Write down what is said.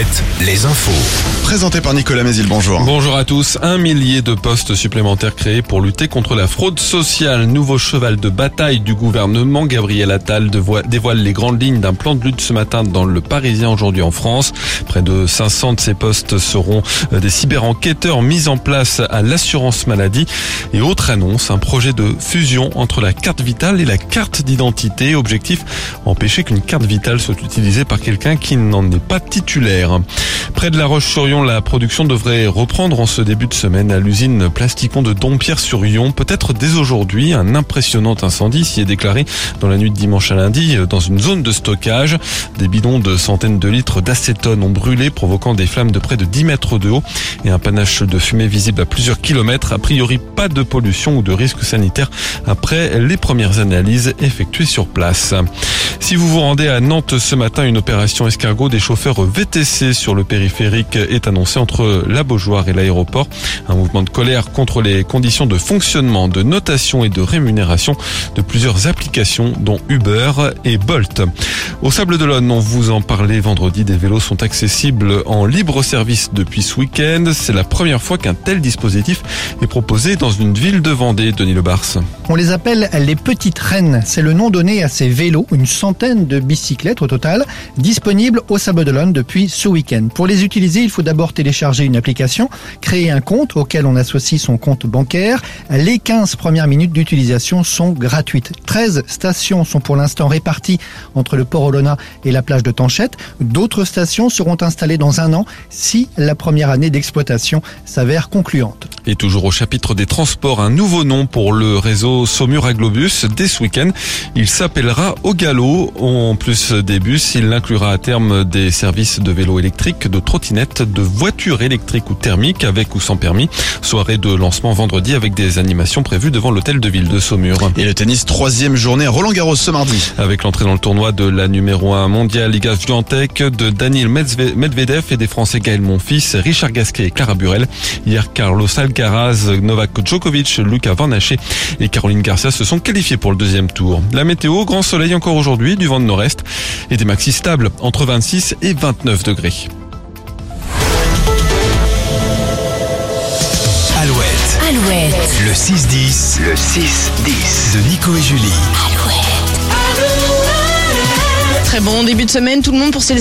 Alouette, les infos. Présenté par Nicolas Mézil, bonjour. Bonjour à tous. 1 millier de postes supplémentaires créés pour lutter contre la fraude sociale. Nouveau cheval de bataille du gouvernement. Gabriel Attal dévoile les grandes lignes d'un plan de lutte ce matin dans Le Parisien aujourd'hui en France. Près de 500 de ces postes seront des cyber-enquêteurs mis en place à l'assurance maladie. Et autre annonce, un projet de fusion entre la carte vitale et la carte d'identité. Objectif, empêcher qu'une carte vitale soit utilisée par quelqu'un qui n'en est pas titulaire. Près de La Roche-sur-Yon, la production devrait reprendre en ce début de semaine à l'usine Plasticon de Dompierre-sur-Yon. Peut-être dès aujourd'hui, un impressionnant incendie s'y est déclaré dans la nuit de dimanche à lundi dans une zone de stockage. Des bidons de centaines de litres d'acétone ont brûlé, provoquant des flammes de près de 10 mètres de haut et un panache de fumée visible à plusieurs kilomètres. A priori, pas de pollution ou de risque sanitaire après les premières analyses effectuées sur place. Si vous vous rendez à Nantes ce matin, une opération escargot des chauffeurs VTC sur le périphérique est annoncée entre la Beaujoire et l'aéroport. Un mouvement de colère contre les conditions de fonctionnement, de notation et de rémunération de plusieurs applications dont Uber et Bolt. Au Sables-d'Olonne, on vous en parlait vendredi, des vélos sont accessibles en libre service depuis ce week-end. C'est la première fois qu'un tel dispositif est proposé dans une ville de Vendée, Denis Lebars. On les appelle les petites reines. C'est le nom donné à ces vélos, une centaine de bicyclettes au total, disponibles au Sables-d'Olonne depuis ce week-end. Pour les utiliser, il faut d'abord télécharger une application, créer un compte auquel on associe son compte bancaire. Les 15 premières minutes d'utilisation sont gratuites. 13 stations sont pour l'instant réparties entre le port Olona et la plage de Tanchette. D'autres stations seront installées dans un an si la première année d'exploitation s'avère concluante. Et toujours au chapitre des transports, un nouveau nom pour le réseau Saumur Aglobus dès ce week-end. Il s'appellera Au Galop. En plus des bus, il inclura à terme des services de vélos électriques, de trottinettes, de voitures électriques ou thermiques avec ou sans permis. Soirée de lancement vendredi avec des animations prévues devant l'hôtel de ville de Saumur. Et le tennis, 3e journée à Roland-Garros ce mardi. Avec l'entrée dans le tournoi de la numéro 1 mondiale Iga Swiatek, de Daniil Medvedev et des Français Gaël Monfils, Richard Gasquet et Clara Burel. Hier, Carlos Alcaraz, Novak Djokovic, Lucas Van Haché et Caroline Garcia se sont qualifiés pour le deuxième tour. La météo, grand soleil encore aujourd'hui, du vent de nord-est et des maxis stables entre 26 et 29 degrés. Alouette. Le 6-10. Le 6-10. De Nico et Julie. Très bon début de semaine tout le monde pour ces